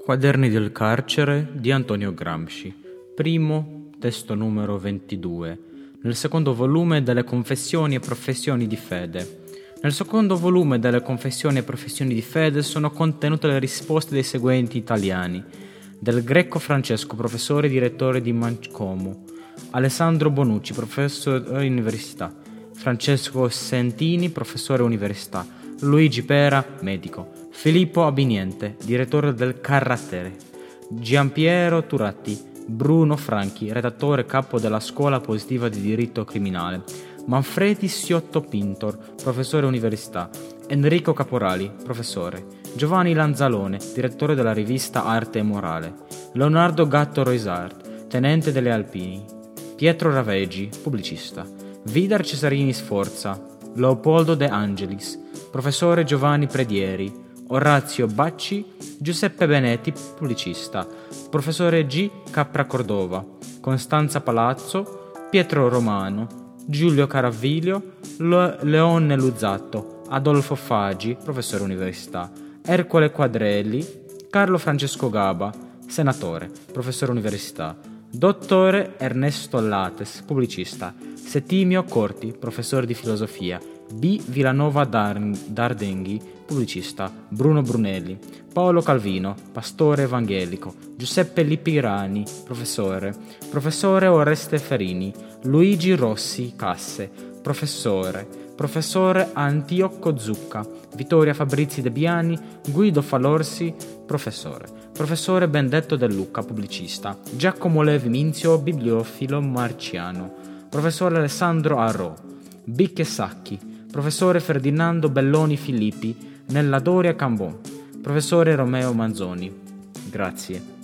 Quaderni del carcere di Antonio Gramsci, primo testo numero 22, nel secondo volume delle Confessioni e Professioni di Fede. Nel secondo volume delle Confessioni e Professioni di Fede sono contenute le risposte dei seguenti italiani: del Greco Francesco, professore e direttore di Mancomu; Alessandro Bonucci, professore università; Francesco Sentini, professore università; Luigi Pera, medico; Filippo Abiniente, direttore del Carattere; Giampiero Turatti; Bruno Franchi, redattore capo della Scuola Positiva di Diritto Criminale; Manfredi Sciotto Pintor, professore università; Enrico Caporali, professore; Giovanni Lanzalone, direttore della rivista Arte e Morale; Leonardo Gatto Roisart, tenente delle Alpini; Pietro Raveggi, pubblicista; Vidar Cesarini Sforza; Leopoldo De Angelis, professore Giovanni Predieri; Orazio Bacci, Giuseppe Benetti, pubblicista; professore G. Capra Cordova; Costanza Palazzo, Pietro Romano, Giulio Caravillio, Leone Luzzatto, Adolfo Fagi, professore università; Ercole Quadrelli, Carlo Francesco Gaba, senatore, professore università; dottore Ernesto Lattes, pubblicista; Settimio Corti, professore di filosofia; B. Villanova Dardenghi, pubblicista; Bruno Brunelli; Paolo Calvino, pastore evangelico; Giuseppe Lipirani, professore; professore Oreste Ferini; Luigi Rossi Casse, professore; professore Antioco Zucca; Vittoria Fabrizi De Biani, Guido Falorsi, professore; professore Benedetto De Luca, pubblicista; Giacomo Levi Minzio, bibliofilo marciano; professore Alessandro Arò; Bicche Sacchi; professore Ferdinando Belloni Filippi, nella Doria Cambon; professore Romeo Manzoni. Grazie.